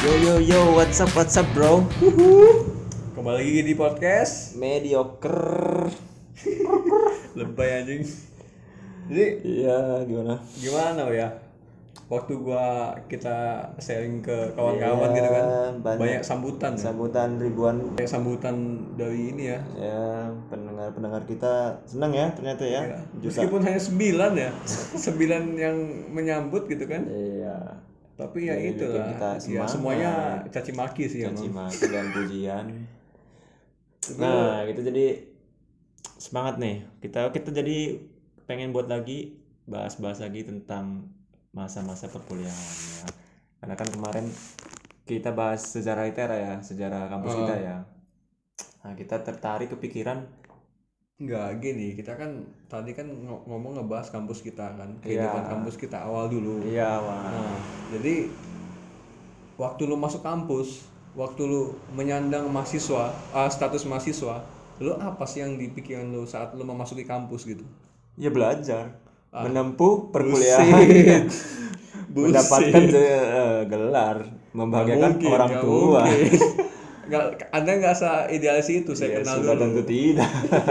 What's up bro? Kembali lagi di podcast Mediocre. lebay anjing. Jadi Iya, gimana? ya? Waktu kita sharing ke kawan-kawan gitu kan, banyak sambutan ya. Sambutan ribuan. Banyak sambutan dari ini ya. Ya, pendengar kita senang ya ternyata ya. Ya. Meskipun hanya 9 ya, 9 yang menyambut gitu kan. Iya. Tapi ya Jadi itulah. bikin kita Ya, semangat. semuanya caci maki sih Caci emang. maki dan pujian. Nah, kita jadi semangat nih. Kita jadi pengen buat lagi bahas lagi tentang masa-masa perkuliahan ya. Karena kan kemarin kita bahas sejarah ITERA ya, sejarah kampus kita ya. Nah, kita tertarik kepikiran. Enggak gini, kita kan tadi kan ngomong ngebahas kampus kita kan, kehidupan kampus kita awal dulu. Iya, Wak. Nah, jadi waktu lu masuk kampus, waktu lu menyandang mahasiswa, status mahasiswa, lu apa sih yang di pikiran lu saat lu memasuki kampus gitu? Ya belajar, menempuh perkuliahan, mendapatkan gelar, membahagiakan orang tua. Anda nggak se-idealis itu, saya kenal sudah dulu. tentu tidak.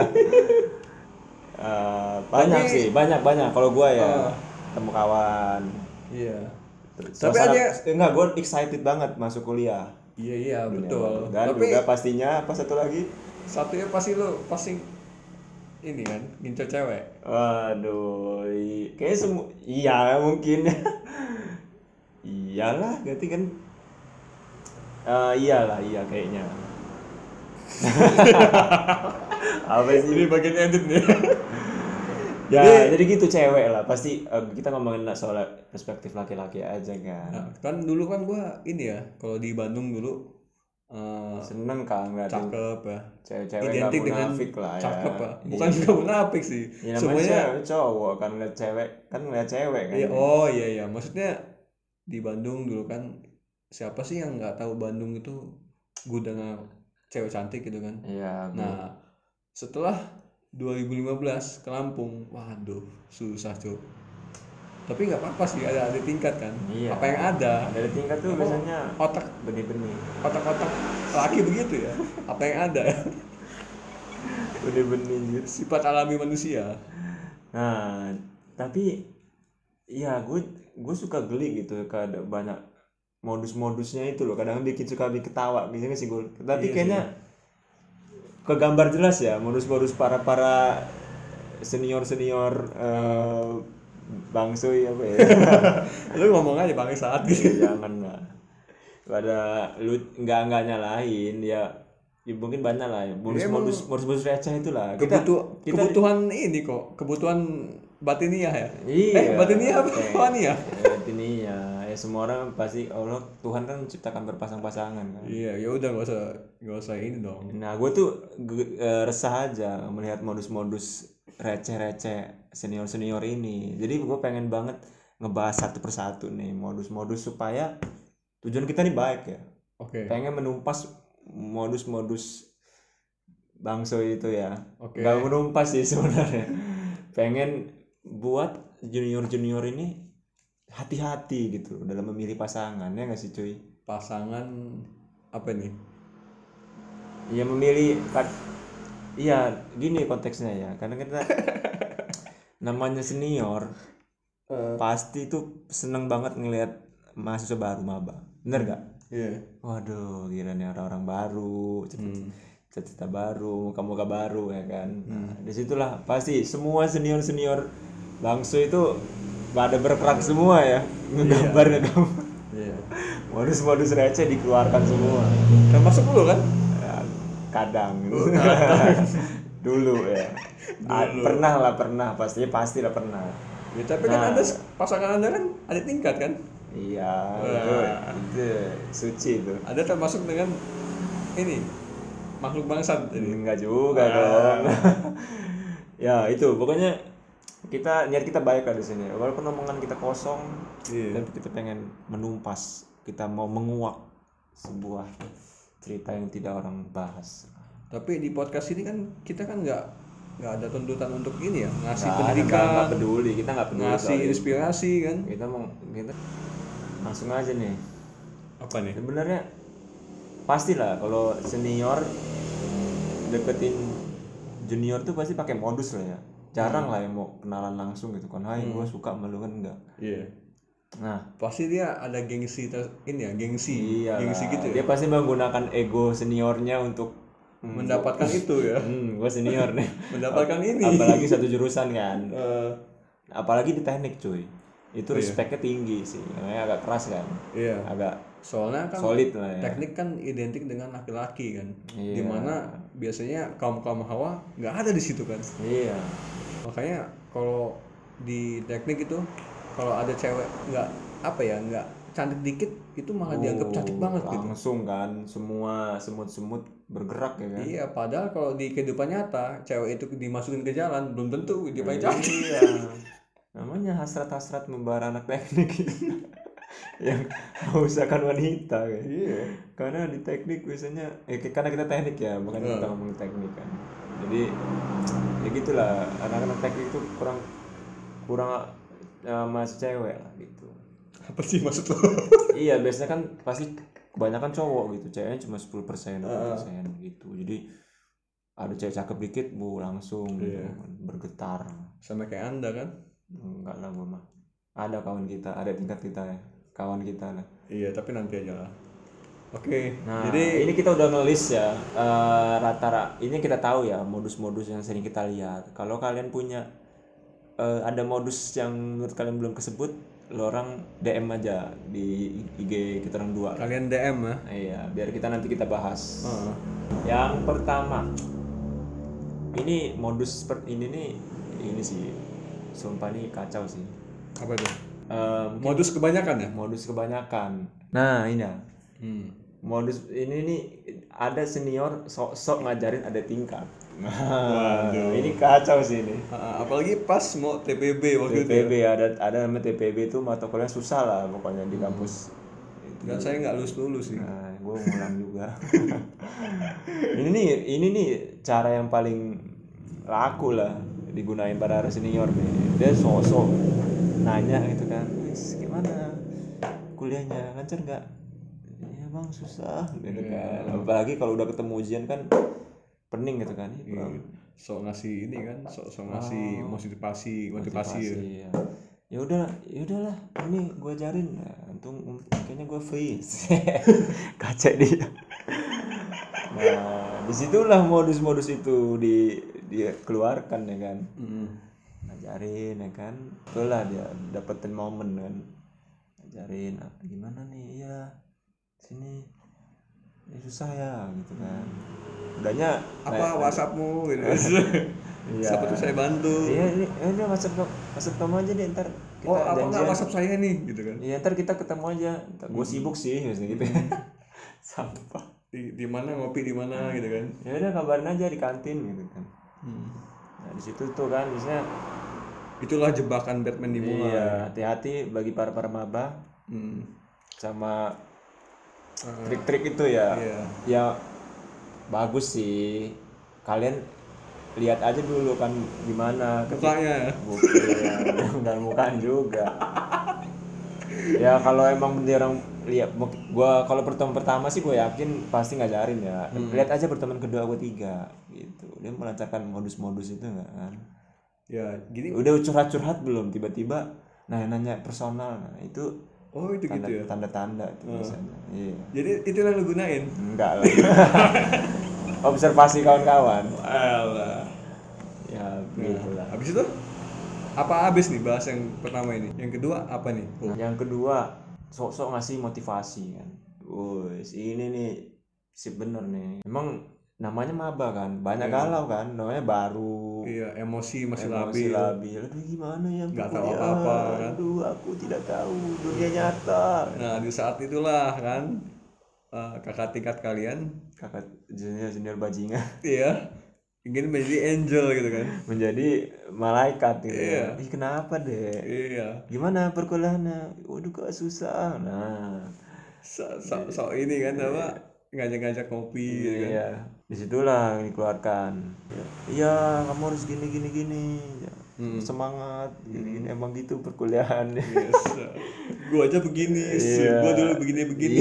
banyak kalau gua ya temu kawan. Iya. Tapi enggak, gua excited banget masuk kuliah. Iya betul. Dan tapi juga pastinya apa satu lagi? Satunya pasti ini kan ngincer cewek. Waduh, kayaknya iya mungkin. Iyalah, berarti kan. Iya kayaknya. Apa sih? Ini bagian edit nih. Jadi gitu cewek lah. Pasti kita ngomongin soal perspektif laki-laki aja kan. Nah, kan dulu kan gua ini ya, kalau di Bandung dulu seneng kan ngeliatin cakep ya. cewek-cewek identik gak dengan munafik lah ya. Cakep ya. Bukan gak munafik sih. Ya, semuanya cowok kan ngeliat cewek kan. Iya. Maksudnya di Bandung dulu kan siapa sih yang nggak tahu Bandung itu gudang cewek cantik gitu kan. Iya. Nah, setelah 2015 ke Lampung, waduh susah cuy. Tapi nggak apa-apa sih, ada tingkat kan. Iya. Apa yang ada? Ada tingkat tuh biasanya otak benih-benih. Otak-otak laki begitu ya. Apa yang ada? Benih-benih sifat alami manusia. Nah, tapi ya gue suka geli gitu, ada banyak modus-modusnya itu loh. Kadang suka bikin ketawa gitu sih gue. Tapi kayaknya kegambar jelas ya modus-modus para senior bangsoy apa ya. Lu ngomong aja bang saat gitu. Jangan lah. Pada lu enggak nyalahin ya mungkin banyak lah ya. Modus receh itulah. Kebutuhan ini kok, kebutuhan batiniah ya. Iya. Batiniah apa? Batiniah. Batiniah. Ya semua orang pasti Allah Tuhan kan menciptakan berpasang-pasangan kan. Iya, ya udah enggak usah ini dong. Nah, gue tuh resah aja melihat modus-modus receh-receh senior ini. Jadi gue pengen banget ngebahas satu persatu nih modus-modus supaya tujuan kita nih baik ya. Oke. Pengen menumpas modus-modus bangso itu ya. Gak menumpas sih sebenarnya. Pengen buat junior ini hati-hati gitu dalam memilih pasangan, ya nggak sih cuy? Pasangan apa nih? Ya memilih iya gini konteksnya ya, karena kita namanya senior pasti tuh seneng banget ngelihat mahasiswa baru maba, bener gak? Iya. Waduh, gila nih orang-orang baru, cita-cita baru, muka-muka baru ya kan. Nah, disitulah pasti semua senior bangso itu pada berperan semua ya, ngegambar. Iya. Modus-modus receh dikeluarkan semua. Termasuk dulu kan? Ya, kadang. Dulu ya. Pernah pastilah pernah. Ya, tapi kan ada pasangan Anda kan ada tingkat kan? Iya, itu suci itu. Ada termasuk dengan ini makhluk bangsat jadi. Enggak juga dong. Ya itu pokoknya niat kita baik lah di sini. Walaupun omongan kita kosong, tapi kita pengen menumpas, kita mau menguak sebuah cerita yang tidak orang bahas. Tapi di podcast ini kan kita kan nggak ada tuntutan untuk ini ya, ngasih pendidikan, nggak peduli, kita nggak peduli ngasih inspirasi kan. Kita langsung aja nih Apa nih? Sebenarnya pastilah kalau senior deketin junior tuh pasti pakai modus lah ya. Jarang lah yang mau kenalan langsung gitu kan. Hai, gue suka sama lu kan, enggak. Iya. Nah, Pasti dia ada gengsi ini ya, gengsi iyalah. gitu ya. Dia pasti menggunakan ego seniornya untuk Mendapatkan itu ya. gue senior nih. Mendapatkan ini. Apalagi satu jurusan kan. Eh, Apalagi di teknik cuy. Itu respectnya tinggi sih. Namanya agak keras kan. iya. Agak Soalnya kan solid lah ya. teknik kan identik dengan laki-laki kan. Iya. Dimana biasanya kaum hawa nggak ada di situ kan. Iya. Makanya kalau di teknik itu kalau ada cewek nggak nggak cantik dikit itu malah dianggap cantik banget gitu. Langsung kan semua semut-semut bergerak ya kan. Iya, padahal kalau di kehidupan nyata cewek itu dimasukin ke jalan belum tentu dia paling cantik. Iya. Namanya hasrat-hasrat membara anak teknik gitu. Yang mengusahkan wanita kan. Iya. Karena di teknik biasanya karena kita teknik ya, bukan kita ngomongin teknik kan. Jadi ya gitulah, anak-anak teknik itu kurang masih cewek lah gitu. Apa sih maksud lo? Iya, biasanya kan pasti kebanyakan cowok gitu, ceweknya cuma 10%, 20% gitu. Jadi ada cewek cakep dikit, langsung gitu, bergetar. Sama kayak Anda kan? Enggak lah gua mah. Ada kawan kita, ada tingkat kita ya, kawan kita lah. Iya, tapi nanti aja lah. Oke, Nah, jadi ini kita udah ngelis ya, rata-rata ini kita tahu ya modus-modus yang sering kita lihat. Kalau kalian punya ada modus yang menurut kalian belum kesebut, lo orang DM aja di IG kita orang dua. kalian DM ya. Iya, biar nanti kita bahas. Yang pertama, ini modus seperti ini sih, sumpah nih kacau sih. Apa itu? Modus kebanyakan ya? Modus kebanyakan. Nah, ini ya. Modus ini nih ada senior sok ngajarin ada tingkat. Ini kacau sih ini. Apalagi pas mau TPB waktu itu. TPB ada namanya TPB itu mata kuliah susah lah pokoknya di kampus. Dan saya nggak lulus sih. Nah, gue ngulang juga. ini nih cara yang paling laku lah digunain para senior nih. Dia sosok nanya gitu kan, gimana kuliahnya, lancar nggak? Ya bang susah gitu kan. Apalagi kalau udah ketemu ujian kan pening gitu kan. Sok ngasih ini kan, sok ngasih motivasi ya. Ya udahlah, ini gue ajarin. Nah, untung kayaknya gue free. Kaca dia. Nah, disitulah modus-modus itu dia keluarkan ya kan. Ngajarin ya kan. Itulah dia dapetin momen kan. Ngajarin gimana nih ya. Sini. Ya susah ya gitu kan. Udahnya apa WhatsAppmu gitu. Iya. Siapa tuh saya bantu. Iya ini WhatsApp kamu aja deh ntar kita apa enggak WhatsApp saya nih gitu kan. Iya ntar kita ketemu aja. Gue sibuk sih biasanya gitu. Sampah. Di mana ngopi di mana gitu kan. Ya udah kabarin aja di kantin gitu kan. Nah di situ tuh kan biasanya itulah jebakan Batman dimulai. Iya, hati-hati bagi para maba sama trik-trik itu ya. Iya. Ya bagus sih. Kalian lihat aja dulu kan gimana Mukanya. Dan mukanya juga. Ya kalau emang dia orang lihat gua kalau pertama sih gue yakin pasti ngajarin ya. Lihat aja pertemuan kedua ketiga gitu. Dia melancarkan modus-modus itu enggak kan? Ya, gini. Udah curhat-curhat belum tiba-tiba nanya personal. Nah, itu Itu gitu ya. Tanda-tanda itu biasanya. Iya. Jadi itu yang lu gunain. Enggak lah. Observasi kawan-kawan. Alah. Ya, begitulah. Habis itu apa habis nih bahas yang pertama ini? Yang kedua apa nih? Yang kedua, sok-sok ngasih motivasi kan. Ini nih sip bener nih. Emang namanya maba kan, banyak galau kan, namanya baru. Iya, emosi masih labil. labil. Aduh gimana ya? Nggak tahu apa-apa kan. Aduh aku tidak tahu dunia nyata. Nah, di saat itulah kan kakak tingkat kalian, Kakak junior bajingan. iya, ingin menjadi angel gitu kan. Menjadi malaikat gitu. Iya. Ih kenapa deh? Iya. Gimana perkuliahannya? Waduh kok susah. Nah, So ini kan apa? Ngajak-ngajak kopi gitu kan. iya. Disitulah yang dikeluarkan. Iya, kamu harus gini. Ya. semangat gini, emang gitu perkuliahan. Yes. Gue aja begini, Iya. gue dulu begini.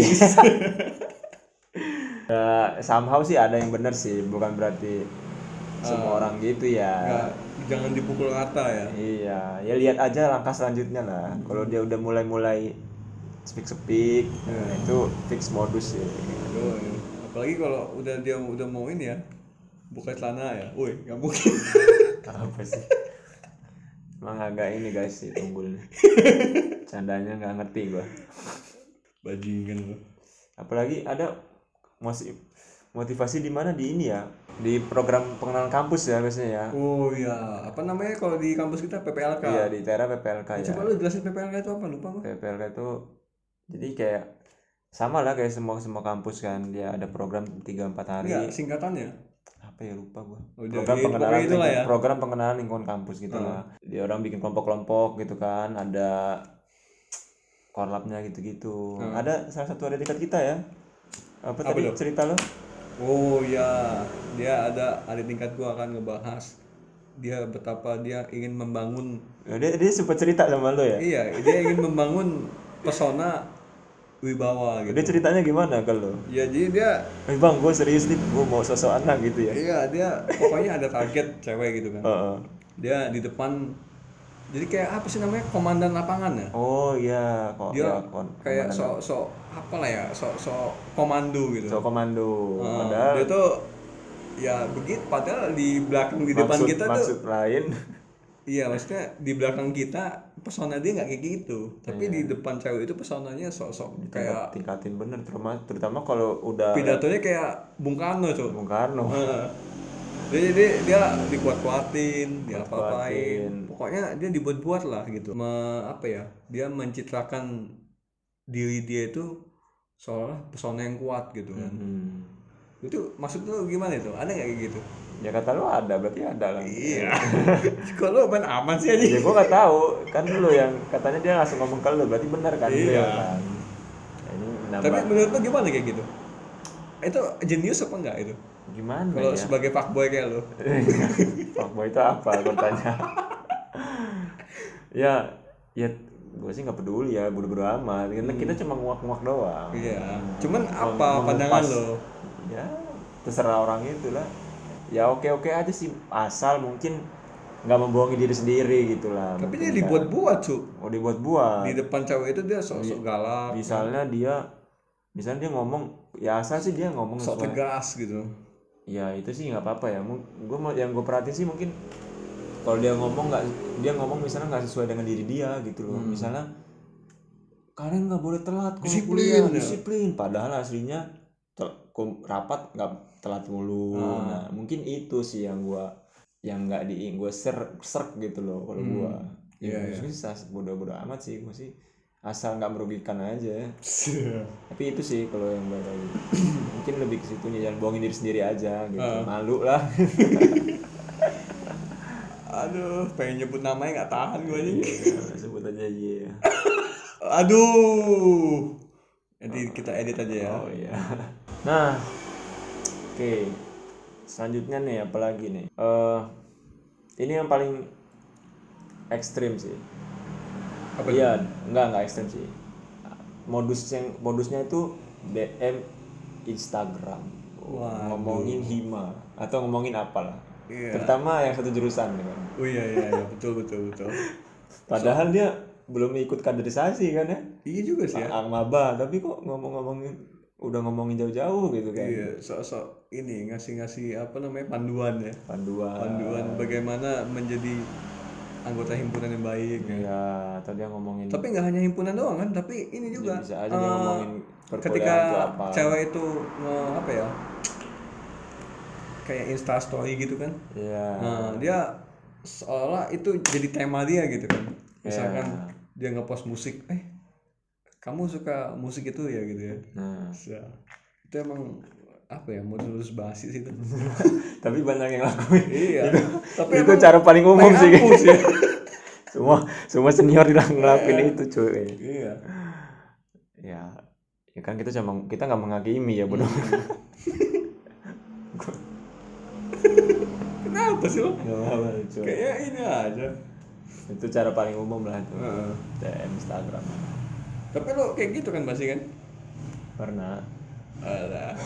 Ya, somehow sih ada yang benar sih, bukan berarti semua orang gitu ya. Nggak, jangan dipukul rata ya. Iya, ya lihat aja langkah selanjutnya lah. Kalau dia udah mulai speak, nah, itu fix modus ya. Yoi. Apalagi kalau dia udah mau ini ya, buka celana ya, woi nggak mungkin. Apa sih? Emang agak ini guys sih tunggul. Candanya nggak ngerti gua. Bajingan lo. Apalagi ada masih motivasi di mana di ini ya, di program pengenalan kampus ya biasanya ya. Oh iya, apa namanya kalau di kampus kita PPLK. Iya di Tera PPLK ya. Coba lu jelasin PPLK itu apa, lupa gua. PPLK itu jadi kayak sama lah kayak semua kampus kan, dia ada program 3-4 hari. Enggak, singkatannya. Apa ya lupa gua. Udah, Program iya, pengenalan pokoknya itulah ya. program pengenalan lingkungan kampus gitu lah. Dia orang bikin kelompok-kelompok gitu kan, ada korlapnya gitu-gitu. Ada salah satu ada dekat kita ya. Apa tadi tuh? cerita lo? Oh iya, dia ada tingkat gua akan ngebahas dia betapa dia ingin membangun. Dia sempat cerita sama lo ya? Iya, dia ingin membangun pesona wibawa gitu. Dia ceritanya gimana kalau? Ya jadi dia, Bang, gue serius nih, gue mau sosok anak gitu ya. iya dia pokoknya ada target cewek gitu kan. Heeh. Dia di depan, jadi kayak apa sih namanya, komandan lapangan ya. Oh iya, kok Dia ya, kayak sok apalah ya, sok komando gitu. so komando. Dia Padahal tuh ya begitu, padahal di belakang, di depan kita tuh. maksud lain. Iya, maksudnya di belakang kita pesona dia nggak kayak gitu, tapi di depan cewek itu pesonanya sok-sok kayak Tingkatin bener, terutama kalau udah pidatonya kayak Bung Karno, Cuk. Bung Karno. Dia dikuat-kuatin, dia apa-apain. Pokoknya dia dibuat-buat lah gitu. Apa ya? Dia mencitrakan diri dia itu seolah pesona yang kuat gitu kan. Itu maksud lu gimana itu? Ada nggak kayak gitu? Ya kata lo ada, berarti ada lah. Iya. Kok lu main aman sih aja? Ya gue nggak tahu, kan lo yang katanya dia langsung ngomong ke lo, berarti benar kan? Iya. Kan? Nah, ini nambah. Tapi menurut lu gimana kayak gitu? Itu jenius apa enggak itu? Gimana Kalau ya? sebagai fuckboy kayak lu. Fuckboy itu apa? Gue tanya. ya gue sih nggak peduli ya, bodo-bodo amat. Kita cuma nguak-nguak doang. Iya. Cuman apa pandangan lo? Ya terserah orang itu lah. Ya oke aja sih, asal mungkin nggak membohongi diri sendiri gitu lah. Tapi dia dibuat-buat, Cuk. Oh dibuat-buat. Di depan cewek itu dia sok-sok galak. Misalnya dia ngomong, ya asal sih dia ngomong Sok tegas gitu. Ya itu sih nggak apa-apa ya. Yang gue perhatiin sih mungkin kalau dia ngomong misalnya nggak sesuai dengan diri dia gitu loh. Misalnya kalian nggak boleh telat kalau kuliah, disiplin. Padahal aslinya rapat nggak telat mulu. Nah mungkin itu sih yang nggak gue serk gitu loh kalau gue. Ya susah, bodo-bodo amat sih gue sih, asal nggak merugikan aja. Tapi itu sih kalau yang baru mungkin lebih ke situ nih, jangan bohongin diri sendiri aja gitu. Malu lah. Aduh, pengen nyebut namanya nggak tahan gue aja. Sebut aja aja. Aduh. Nanti kita edit aja ya. Oh iya. Nah, oke. Selanjutnya nih apalagi nih? Ini yang paling ekstrim sih. Apa iya, enggak ekstrim sih. Modusnya itu DM Instagram. Ngomongin hima atau ngomongin apalah. Iya. Terutama yang satu jurusan kan. Oh iya, betul. Padahal dia belum ikut kaderisasi kan ya. Iya juga sih ya. Maba, tapi kok udah ngomongin jauh-jauh gitu kan. Iya, sok ini ngasih apa namanya, panduan ya. Panduan bagaimana menjadi anggota himpunan yang baik. Iya, atau dia ngomongin. Tapi nggak hanya himpunan doang kan, tapi ini juga. Bisa aja dia ngomongin perkuliahan ketika itu apa. Cewek itu apa ya? Kayak Insta story gitu kan. Iya. Nah, dia seolah itu jadi tema dia gitu kan. Misalkan dia ngepost musik, kamu suka musik itu ya gitu ya. Nah, itu emang apa ya, modus basi sih itu. tapi banyak yang lakuin. Iya. Tapi itu cara paling umum sih. Ya. semua senior ngelakuin itu cuy. Iya. Ya kan kita nggak menghakimi ya bodoh. Kenapa sih lo? Nggak apa-apa cuy. Kayaknya ini aja. Itu cara paling umum lah tuh. Heeh. DM Instagram. Tapi lo kayak gitu kan pasti kan? Pernah Alah.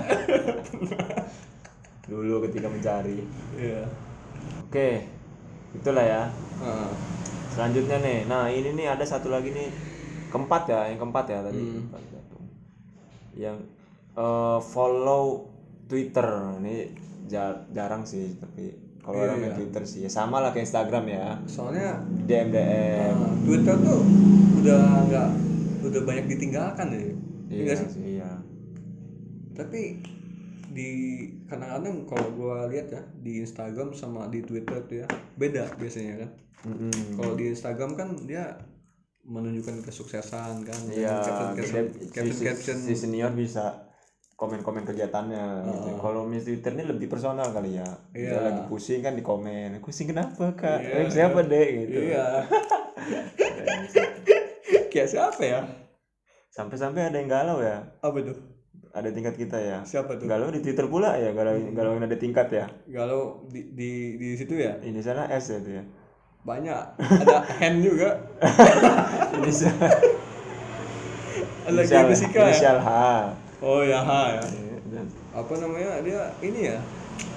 dulu ketika mencari. Iya. Oke, itulah ya. Heeh. Selanjutnya nih, nah ini nih ada satu lagi nih, keempat ya, yang keempat ya tadi. Keempat ya tuh. Yang follow Twitter ini jarang sih, tapi kalau orang main Twitter sih ya sama lah kayak Instagram ya. Soalnya DM. Twitter tuh udah banyak ditinggalkan ya. Iya sih, iya. Tapi kadang-kadang kalau gua lihat ya di Instagram sama di Twitter tuh ya beda biasanya kan. Kalau di Instagram kan dia menunjukkan kesuksesan kan. Iya, Caption. si senior bisa komen-komen kegiatannya gitu. Kalau Miss Twitter ini lebih personal kali ya. Dia lagi pusing kan di komen. Pusing kenapa kak? Siapa deh gitu. Iya. Kayak siapa ya? Sampai-sampai ada yang galau ya. Apa tuh? Ada tingkat kita ya. Siapa tuh? Galau di Twitter pula ya. Galau yang ada tingkat ya. Galau di situ ya? Ini sana S ya itu ya. Banyak. Ada hand juga. Inisial H. Oh ya H ya. Dan Apa namanya? Dia ini ya.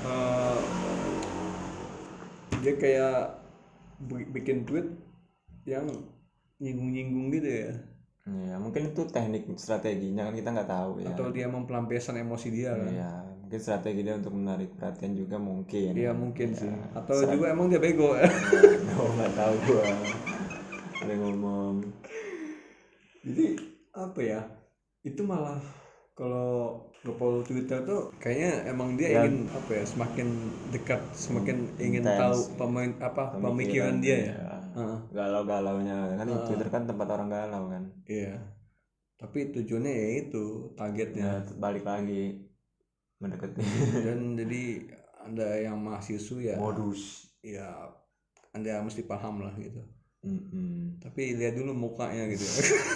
Dia kayak bikin tweet yang nyinggung-nyinggung gitu ya. ya mungkin itu teknik strateginya kan kita nggak tahu ya. Atau dia mempelampiaskan emosi dia kan. Iya, mungkin strategi dia untuk menarik perhatian juga mungkin. Iya mungkin sih. Atau juga emang dia bego. Nggak tahu gua. Ada ngomong. Jadi apa ya? Itu malah kalau nge-follow Twitter tuh kayaknya emang dia ingin apa ya? Semakin dekat, semakin ingin tahu pemikiran dia ya. Galau-galaunya kan Twitter kan tempat orang galau kan. Iya. Tapi tujuannya ya itu targetnya. Ya, balik lagi mendekati. Dan jadi Anda yang mahasiswa ya. Modus. Ya Anda mesti paham lah gitu. Mm-mm. Tapi lihat dulu mukanya gitu.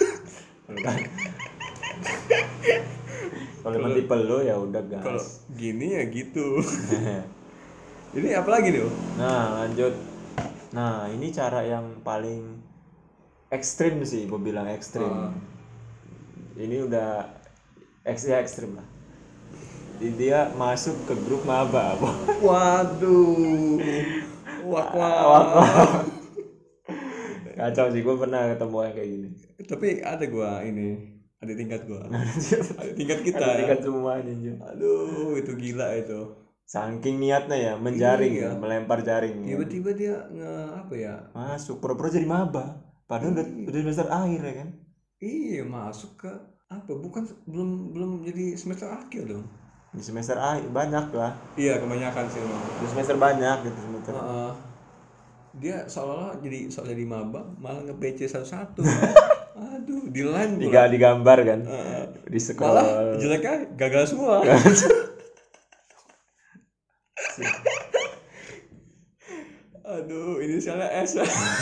Kalau emang tipe lo ya udah gas. Kalau gini ya gitu. Ini apa lagi nih? Nah lanjut. Nah ini cara yang paling ekstrim sih, gue bilang ekstrim. Ini udah ekstrim lah. Dia masuk ke grup maba. Waduh. Wak. Kacau sih, gue pernah ketemu yang kayak gini. Tapi ada tingkat gua. Ada tingkat kita. Ada tingkat semua anjing. Aduh, itu gila itu. Saking niatnya ya, menjaring ya, melempar jaring. Tiba-tiba dia masuk pura-pura jadi maba. Padahal udah semester akhir ya kan? Iya, masuk ke apa? Bukan belum jadi semester akhir dong. Di semester akhir banyak lah. Iya, kebanyakan sih memang. Di semester banyak gitu semester. Dia seolah-olah jadi maba, malah nge-PC satu-satu. Aduh, di line pula. Digambar kan. Di scroll. Malah jeleknya gagal semua. Aduh, inisialnya S.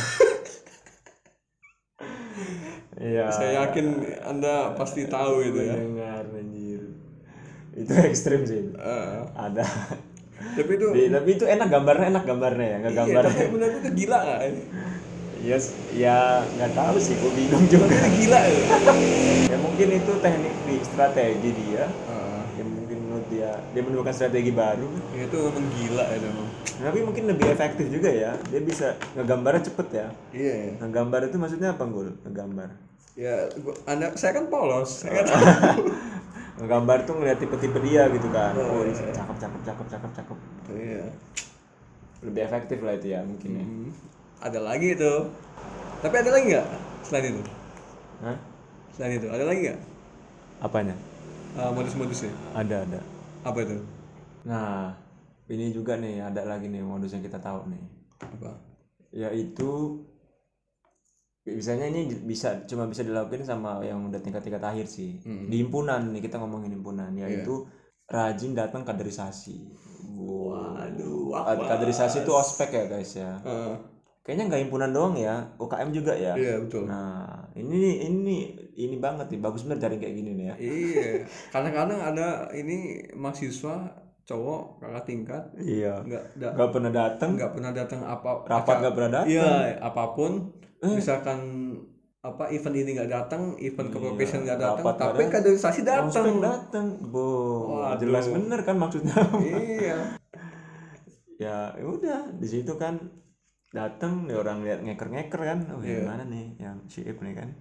Iya. Saya yakin Anda pasti tahu itu ya. Dengar anjir. Itu ekstrim sih. Ada. Tapi itu enak gambarnya ya, enggak gambarnya. Iya, tapi benar itu gila enggak? Yes, ya nggak tahu sih, gue bingung juga. Gila ya. Ya mungkin itu teknik di strategi dia. Ya mungkin menurut dia menemukan strategi baru. Ya, itu memang gila ya memang. Tapi mungkin lebih efektif juga ya. Dia bisa ngegambarnya cepet ya. Iya. Ngegambar itu maksudnya apa, Gul? Ngegambar. Ya, saya kan polos. Ngegambar tuh ngeliat tipe-tipe dia gitu kan. Oh, ini cakep. Iya. Lebih efektif lah itu ya mungkin ya. Ada lagi itu. Tapi ada lagi nggak selain itu? Hah? Selain itu ada lagi nggak? Apanya? Modus-modusnya. Ada. Apa itu? Nah, ini juga nih ada lagi nih modus yang kita tahu nih. Apa? Yaitu biasanya ini cuma bisa dilakukan sama yang udah tingkat akhir sih. Di himpunan nih, kita ngomongin himpunan, yaitu rajin datang kaderisasi. Waduh, kaderisasi itu ospek ya guys ya. Kayaknya nggak himpunan doang ya, UKM juga ya. Iya betul. Nah ini banget nih, bagus bener jaring kayak gini nih ya. Iya, kadang-kadang ada ini mahasiswa cowok kakak tingkat Iya. nggak Gak pernah datang. apa Rapat nggak pernah datang. iya apapun misalkan apa event ini nggak datang, event keprofesional nggak datang, rapat tapi ada, kaderisasi datang. ospek datang. Waduh. Jelas bener kan maksudnya. Iya. Ya udah di situ kan datang nih orang lihat ngeker kan. Oh yang mana nih yang Syib nih kan.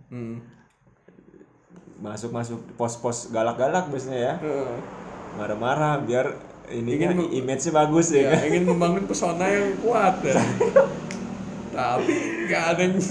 Masuk pos-pos galak-galak biasanya ya. Marah-marah biar ininya image-nya bagus ya kan. Ingin membangun pesona yang kuat ya. Tapi nggak ada yang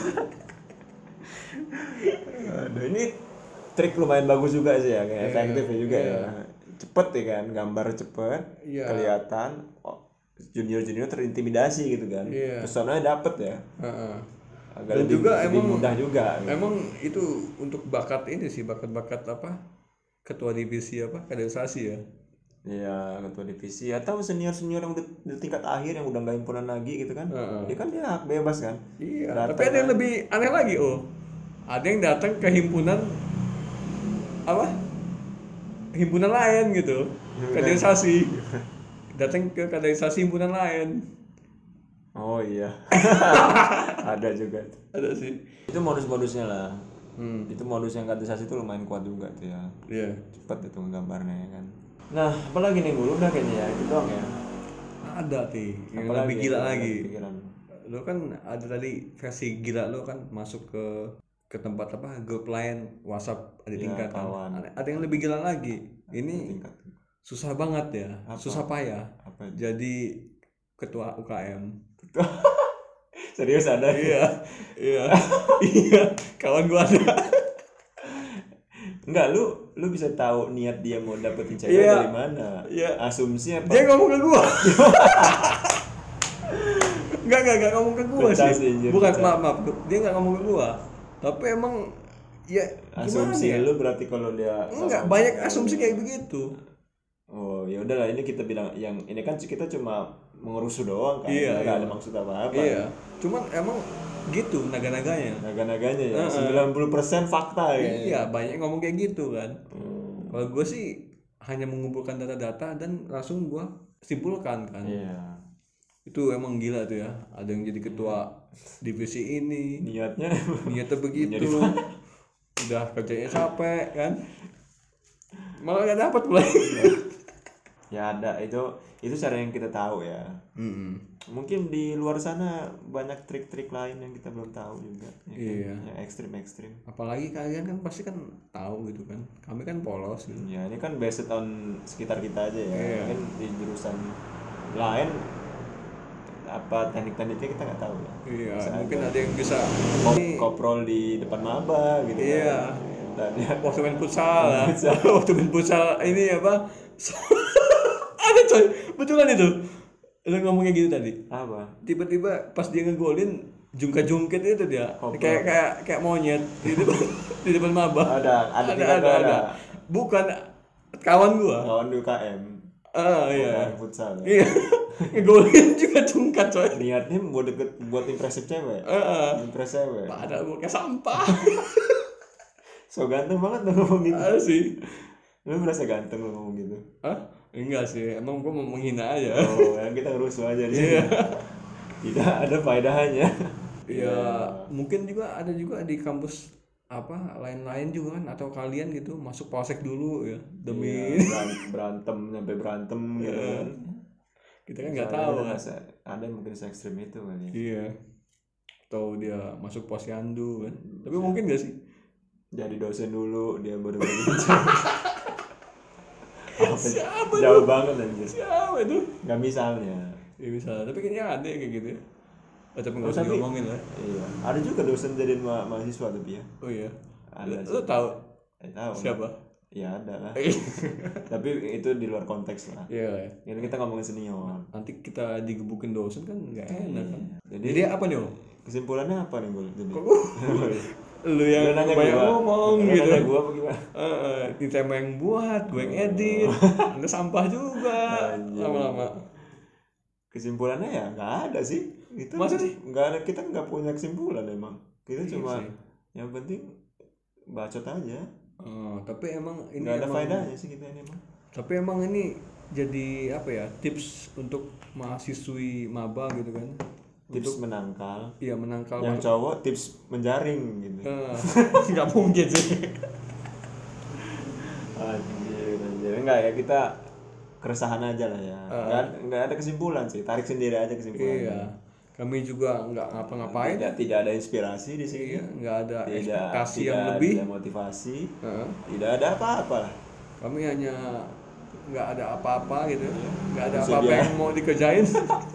Aduh, ini trik lumayan bagus juga sih ya, kayak efektif ya juga ya. Cepet ya kan, gambar cepet, kelihatan junior terintimidasi gitu kan. Pesonanya dapet ya. Agak dan lebih, juga lebih mudah juga. Gitu. Emang itu untuk bakat ini sih, bakat apa? Ketua divisi apa? Kaderisasi ya. Iya, ketua divisi atau senior yang udah di tingkat akhir yang udah nggak himpunan lagi gitu kan. Ya kan dia hak bebas kan. Iya. Tapi ada yang lebih aneh lagi ada yang datang ke himpunan apa? Himpunan lain gitu. Kaderisasi. Datang ke kaderisasi himpunan lain. Oh iya. Ada juga. Ada sih. Itu modus-modusnya lah. Itu modus yang kaderisasi itu lumayan kuat juga tuh ya. Iya. Cepat itu gambarnya ya kan. Nah, apalagi nih Bu? Udah kayaknya ya, itu doang ya. Ada sih yang Apalagi lebih gila ya, lagi. pikiran. Lo kan ada tadi versi gila lo kan masuk ke tempat apa grup lain WhatsApp ada tingkat kawan. Ada yang lebih gila lagi. Ini Tingkat. susah banget ya, susah payah. Apa? Jadi ketua UKM. Serius ada? Iya, iya, kawan gua ada. Enggak, lu bisa tahu niat dia mau dapetin cewek dari mana? Iya. Asumsi apa? Dia ngomong ke gua. Enggak ngomong ke gua sih. Bukan, maaf. Dia enggak ngomong ke gua. Tapi emang ya asumsi ya? lu berarti kalau dia enggak banyak asumsi kayak begitu. Oh, ya udahlah ini kita bilang yang ini kan kita cuma mengerusu doang kan. Iya, enggak ada maksud apa-apa. Iya. Cuman emang gitu naga-naganya. Naga-naganya ya. 90% fakta ya. Iya, banyak ngomong kayak gitu kan. Kalau gue sih hanya mengumpulkan data-data dan langsung gue simpulkan kan. Iya. Itu emang gila tuh ya. Ada yang jadi ketua divisi ini. Niatnya Begitu. Udah kerjanya capek kan. Malah gak dapat pula. Ya ada itu cara yang kita tahu ya. Mungkin di luar sana banyak trik-trik lain yang kita belum tahu juga ya kan? Iya. Yang ekstrim. Apalagi kalian kan pasti kan tahu gitu kan. Kami kan polos gitu. Ya ini kan based on sekitar kita aja ya. Mungkin di jurusan lain apa teknik-tekniknya kita nggak tahu ya. Iya, mungkin ada yang bisa koprol di depan maba gitu. Iya. Tadi Waktu main futsal lah. Waktu main futsal ini apa? Ada coy, betulan itu. Lu ngomongnya gitu tadi. apa? Tiba-tiba pas dia ngegolin jungkat-jungkit itu dia. Kayak monyet di depan maba. Ada. Bukan kawan gua. Kawan di UKM. Iya. Futsal. Iya. Ngegolin juga jungkat coy. Niatnya buat impresif cewek. Impress cewek. Padahal gua kayak sampah. So ganteng banget lo ngomong gitu. Ada sih. Lu merasa ganteng lo ngomong gitu? Hah? Enggak sih, emang gua mau menghina aja. Oh, yang kita ngerusuh aja di sini. Tidak ada faedahnya. Iya, mungkin juga ada juga di kampus apa lain-lain juga kan atau kalian gitu masuk polsek dulu ya demi berantem sampai berantem gitu kan. Kita kan nggak tahu kan. Ada yang mungkin se-ekstrim itu kali. Iya. Atau dia masuk posyandu kan. Tapi mungkin gak sih? Jadi dosen dulu dia baru Siapa jauh banget anjir. Siapa itu? Gak misalnya. Ya bisa, tapi kayaknya ada kayak gitu ya. Tapi nggak usah ngomongin lah. Iya. Ada juga dosen jadiin mahasiswa tapi ya. Oh iya. Ada. Lu tahu? Tahu. Siapa? Ya ada lah. Tapi itu di luar konteks lah. Iya. Ini kita ngomongin senior. Nanti kita digebukin dosen kan nggak enak kan. Jadi apa nih? Kesimpulannya apa nih Bul? Lu yang nanya banyak gua. ngomong Lu gitu. nanya gua apa gimana? Di tema yang buat, gue yang edit. Anda sampah juga. Lama-lama. Kesimpulannya ya nggak ada sih. Itu masa sih? Nggak ada, kita nggak punya kesimpulan emang. Kita cuma sih. yang penting bacot aja. Tapi emang ini nggak ada emang, faedahnya sih kita ini emang. Tapi emang ini jadi apa ya, tips untuk mahasiswi maba gitu kan, Tips menangkal. iya menangkal Yang cowok tips menjaring gitu. nggak mungkin sih. Anjir. Enggak ya, kita keresahan aja lah ya. Enggak ada kesimpulan sih, tarik sendiri aja kesimpulannya. Iya, kami juga nggak ngapa-ngapain, Tidak ada inspirasi di sini. iya, nggak ada Tidak ekspektasi tidak yang lebih. ada motivasi. Heeh. Tidak ada apa-apa lah. Kami hanya nggak ada apa-apa gitu, nggak ada Manusia apa-apa biasa. yang mau dikerjain.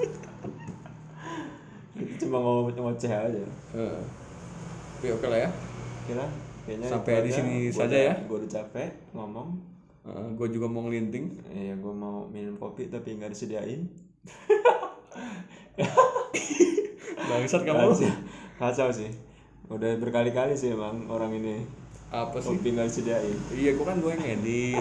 Kita cuma ngoceh aja. Ya oke lah ya. Oke lah, kayaknya Sampai itu di aja. sini Gua saja ya. Gue udah capek ngomong. Gue juga mau ngelinting. Iya, gue mau minum kopi tapi nggak disediain. Bangsat kamu. Kacau sih. Udah berkali-kali sih emang orang ini Apa sih? kopi nggak disediain. Iya, gue kan gue yang ngedit.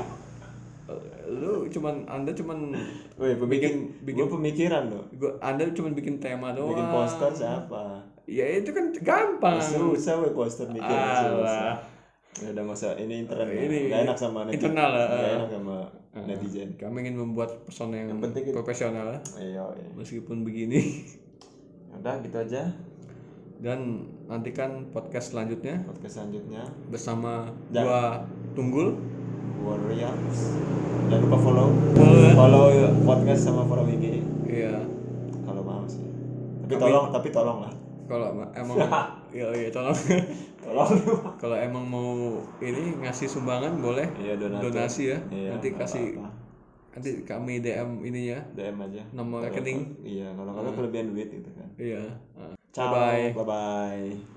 Anda cuman Woi, bikin gue pemikiran loh. Anda cuman bikin tema doang. Bikin poster siapa? Ya itu kan gampang. Susah woi poster bikin. Susah. Alah. Ya udah nggak usah, ini internet. Ini Nggak enak sama netizen. internal lah. Nggak enak sama netizen. Kami ingin membuat persona yang penting kita- profesional ya, Iya. meskipun begini. Udah gitu aja. Dan nantikan podcast selanjutnya Podcast selanjutnya. bersama Dan- gua Tunggul. Warriors. Jangan lupa follow. Follow ya. Follow podcast sama follow IG Iya. kalau mau sih. Tapi tolong lah. Kalau emang iya tolong. Tolong. Kalau emang mau ini ngasih sumbangan boleh. Iya, donatur. Donasi ya. Iya, Nanti nggak kasih apa-apa. nanti kami DM ininya. DM aja. Nomor rekening. Iya, kalau kelebihan duit gitu kan. Iya. Ciao. Bye-bye. Bye bye.